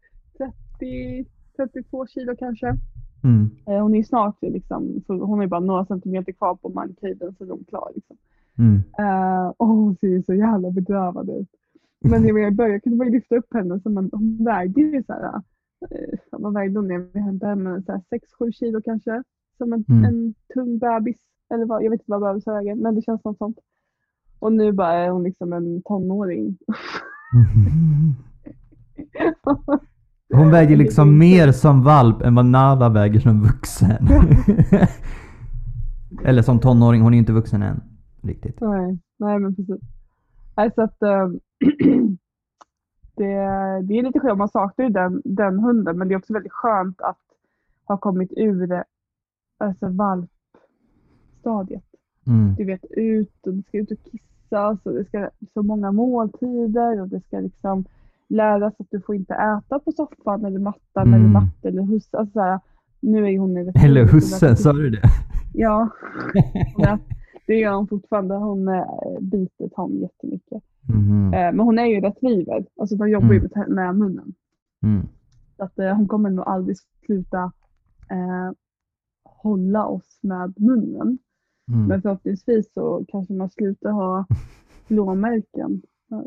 32 kilo kanske. Hon är snart liksom, så hon är bara några centimeter kvar på mankhöjden så är de klar liksom. Och hon ser ju så jävla bedrövad ut. Men när jag började kunde man lyfta upp henne så hon vägde ju så här, vad vägde hon när vi hämtade henne? 6-7 kilo kanske. Som en tung bebis. Eller vad, jag vet inte vad bebis väger, men det känns något sånt. Och nu bara är hon liksom en tonåring. Hon väger liksom mer som valp än vad Nala väger som vuxen. Eller som tonåring, hon är inte vuxen än. Riktigt. Nej men precis. Så att det är lite skönt, man saknar ju den hunden, men det är också väldigt skönt att ha kommit ur alltså valpstadiet. Du vet, och det ska ut och kissa, så det ska så många måltider och det ska liksom läras att du får inte äta på soffan eller mattan eller matte eller husse. Alltså såhär, nu är hon eller husse, sa du det? Ja. Det gör hon fortfarande. Hon biter Tom jättemycket. Men hon är ju retriever. Alltså de jobbar ju med munnen. Så att hon kommer nog aldrig sluta hålla oss med munnen. Men förhoppningsvis så kanske man slutar ha blåmärken.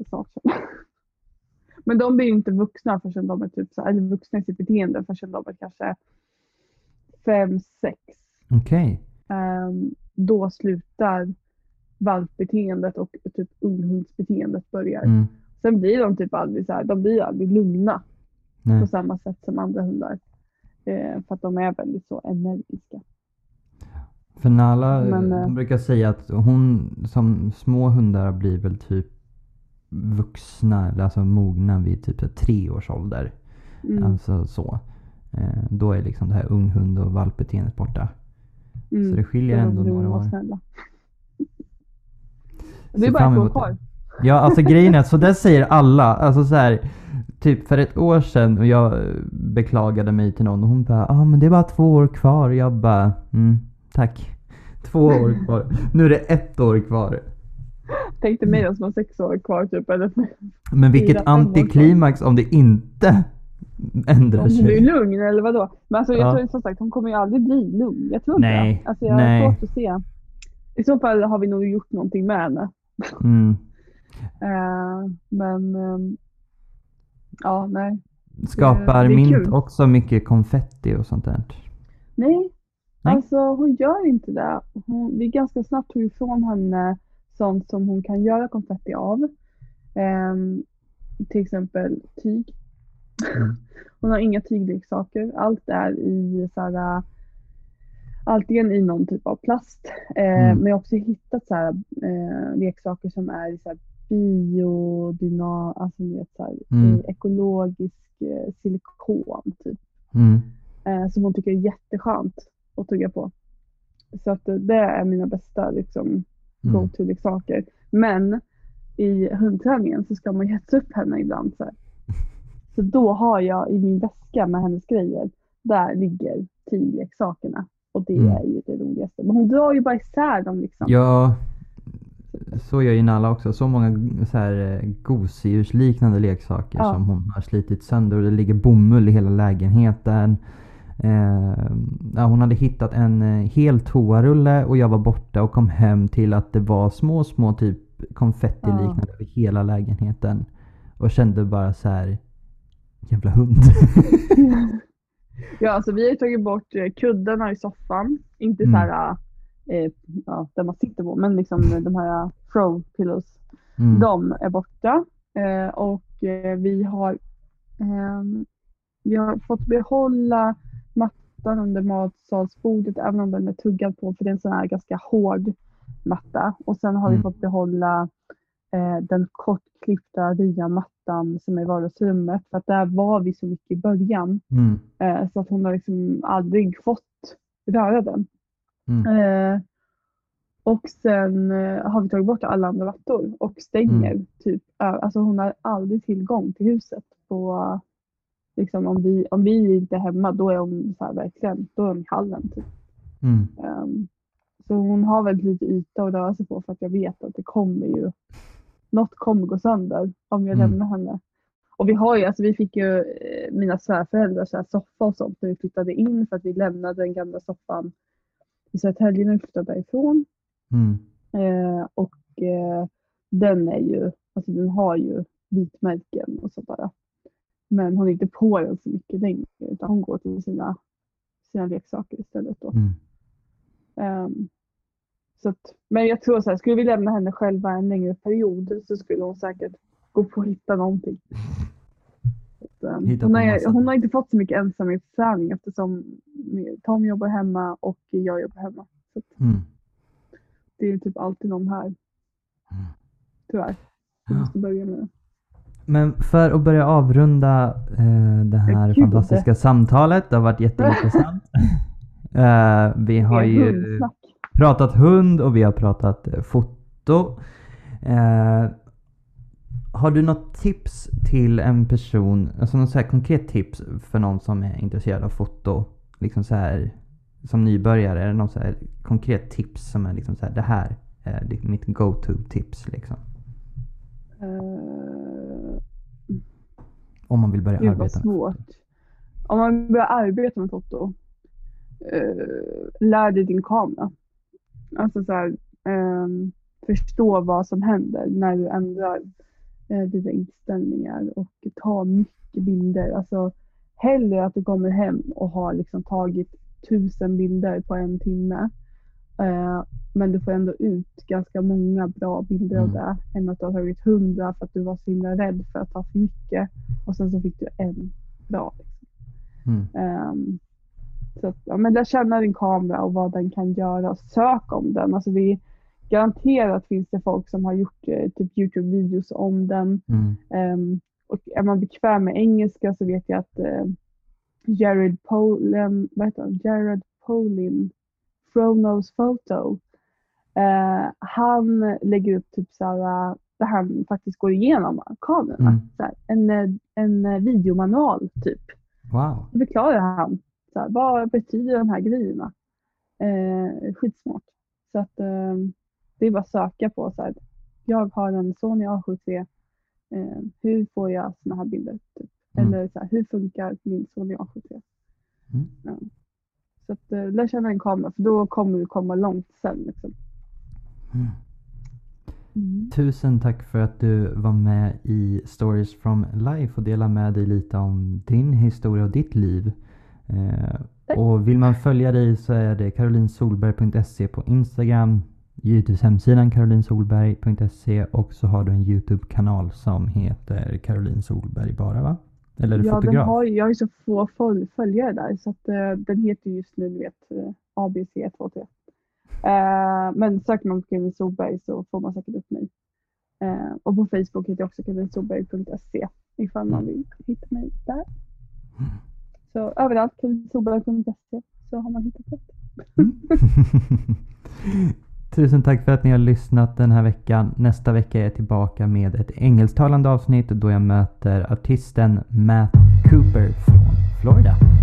Men de blir ju inte vuxna förrän de är typ så, eller vuxna i sitt beteende förrän de är kanske 5-6. Okej. Då slutar valpbeteendet och typ unghundsbeteendet börjar. Sen blir de typ aldrig så här, de blir aldrig lugna på samma sätt som andra hundar. För att de är väldigt så energiska. För Nala, de brukar säga att hon som små hundar blir väl typ vuxna, eller alltså mogna vid typ 3 års ålder. Alltså så. Då är liksom det här unghund och valpbeteendet borta. Så det skiljer ändå några år. Det är bara 1 år kvar. Ja, alltså grejen är att så där säger alla. Alltså så här, typ för 1 år sedan och jag beklagade mig till någon och hon bara, men det är bara 2 år kvar. Och jag bara, tack. 2 år kvar. Nu är det 1 år kvar. Tänkte mig som har 6 år kvar typ. Eller men vilket antiklimax om det inte ändrar sig. Hon blir lugn eller vadå? Men alltså jag tror som sagt hon kommer ju aldrig bli lugn. Jag tror inte det. Alltså jag har svårt att se. I så fall har vi nog gjort någonting med henne. Men nej. Skapar Mint också mycket konfetti och sånt där? Nej. Alltså hon gör inte det. Vi ganska snabbt tog ifrån henne sånt som hon kan göra konfetti av. Till exempel tyg. Hon har inga tygleksaker. Allt är i såhär, antingen i någon typ av plast. Men jag har också hittat såhär, leksaker som är i såhär alltså ekologisk silikon typ. Som hon tycker är jätteskönt att tugga på. Så att det är mina bästa liksom go-to-leksaker. Men i hundträningen så ska man hetsa upp henne ibland så här. Så då har jag i min väska med hennes grejer, där ligger tygleksakerna. Och det är ju det roligaste. Men hon drar ju bara isär dem liksom. Ja, så gör ju Nala också. Så många så här gosedjursliknande leksaker som hon har slitit sönder. Och det ligger bomull i hela lägenheten. Hon hade hittat en hel toarulle och jag var borta och kom hem till att det var små typ konfetti-liknande över hela lägenheten. Och kände bara så här, jävla hund. Ja, alltså vi har tagit bort kuddarna i soffan. Inte så här där man sitter på, men liksom de här throw pillows. De är borta. Och vi har fått behålla mattan under matsalsbordet, även om den är tuggad på, för det är en sån här ganska hård matta. Och sen har vi fått behålla den kortklippta mattan som är i vardagsrummet, för att där var vi så mycket i början. Så att hon har liksom aldrig fått röra den. Och sen har vi tagit bort alla andra mattor och stänger typ. Alltså hon har aldrig tillgång till huset på, liksom, om vi inte är hemma, då är hon så här, verkligen, då är hon i hallen typ. Så hon har väldigt lite yta att röra sig på, för att jag vet att något kommer gå sönder om jag lämnar henne. Och vi har ju, alltså vi fick ju mina svärföräldrar så här soffa och sånt när vi flyttade in, för att vi lämnade den gamla soffan i Södertälje när vi flyttade därifrån. Och den är ju, alltså den har ju vitmärken och sånt där. Men hon är inte på den så mycket längre, utan hon går till sina leksaker istället då. Så att, men jag tror så här, skulle vi lämna henne själva en längre period, så skulle hon säkert gå på att hitta någonting. Hon har inte fått så mycket ensamhetsträning, eftersom Tom jobbar hemma och jag jobbar hemma. Så det är typ alltid någon här. Tyvärr. Vi måste börja med det. Men för att börja avrunda det här fantastiska samtalet, det har varit jätteintressant. Vi har ju pratat hund och vi har pratat foto. Har du något tips till en person, alltså något så här konkret tips för någon som är intresserad av foto, liksom så här som nybörjare? Är det något så här konkret tips som är liksom så här, det här är mitt go-to tips liksom? Om man vill börja arbeta med svårt. Om man börjar arbeta med foto, lär dig din kamera. Alltså så här, förstå vad som händer när du ändrar dina inställningar, och ta mycket bilder. Alltså hellre att du kommer hem och har liksom tagit 1000 bilder på en timme, men du får ändå ut ganska många bra bilder av det, än att du har tagit 100 för att du var så himla rädd för att ta för mycket, och sen så fick du en bra liksom. Så att, ja, men lär känna din kamera och vad den kan göra, och sök om den. Alltså vi garanterat finns det folk som har gjort typ YouTube-videos om den. Och är man bekväm med engelska så vet jag att Jared Polin Frono's Photo, han lägger upp typ såhär, där han faktiskt går igenom kamerorna. Såhär, en videomanual typ. Wow. Då förklarar han såhär, vad betyder de här grejerna. Skitsmart. Så att det är bara att söka på så här, jag har en Sony A7C, hur får jag såna här bilder typ? Eller så här, hur funkar min Sony A7C? Så att lär känna en kamera, för då kommer du komma långt sen liksom. Tusen tack för att du var med i Stories from Life och delade med dig lite om din historia och ditt liv. Och vill man följa dig så är det carolinsolberg.se på Instagram, Youtubes hemsidan carolinsolberg.se, och så har du en YouTube-kanal som heter Caroline Solberg bara, va? Eller är du fotograf? Jag har ju så få följare där, så att den heter just nu, du vet, ABC23. Men söker man på Caroline Solberg så får man säkert upp mig. Och på Facebook heter jag också carolinsolberg.se ifall man vill hitta mig där. Så överallt carolinsolberg.se så har man hittat det. Tusen tack för att ni har lyssnat den här veckan. Nästa vecka är jag tillbaka med ett engelsktalande avsnitt då jag möter artisten Matt Cooper från Florida.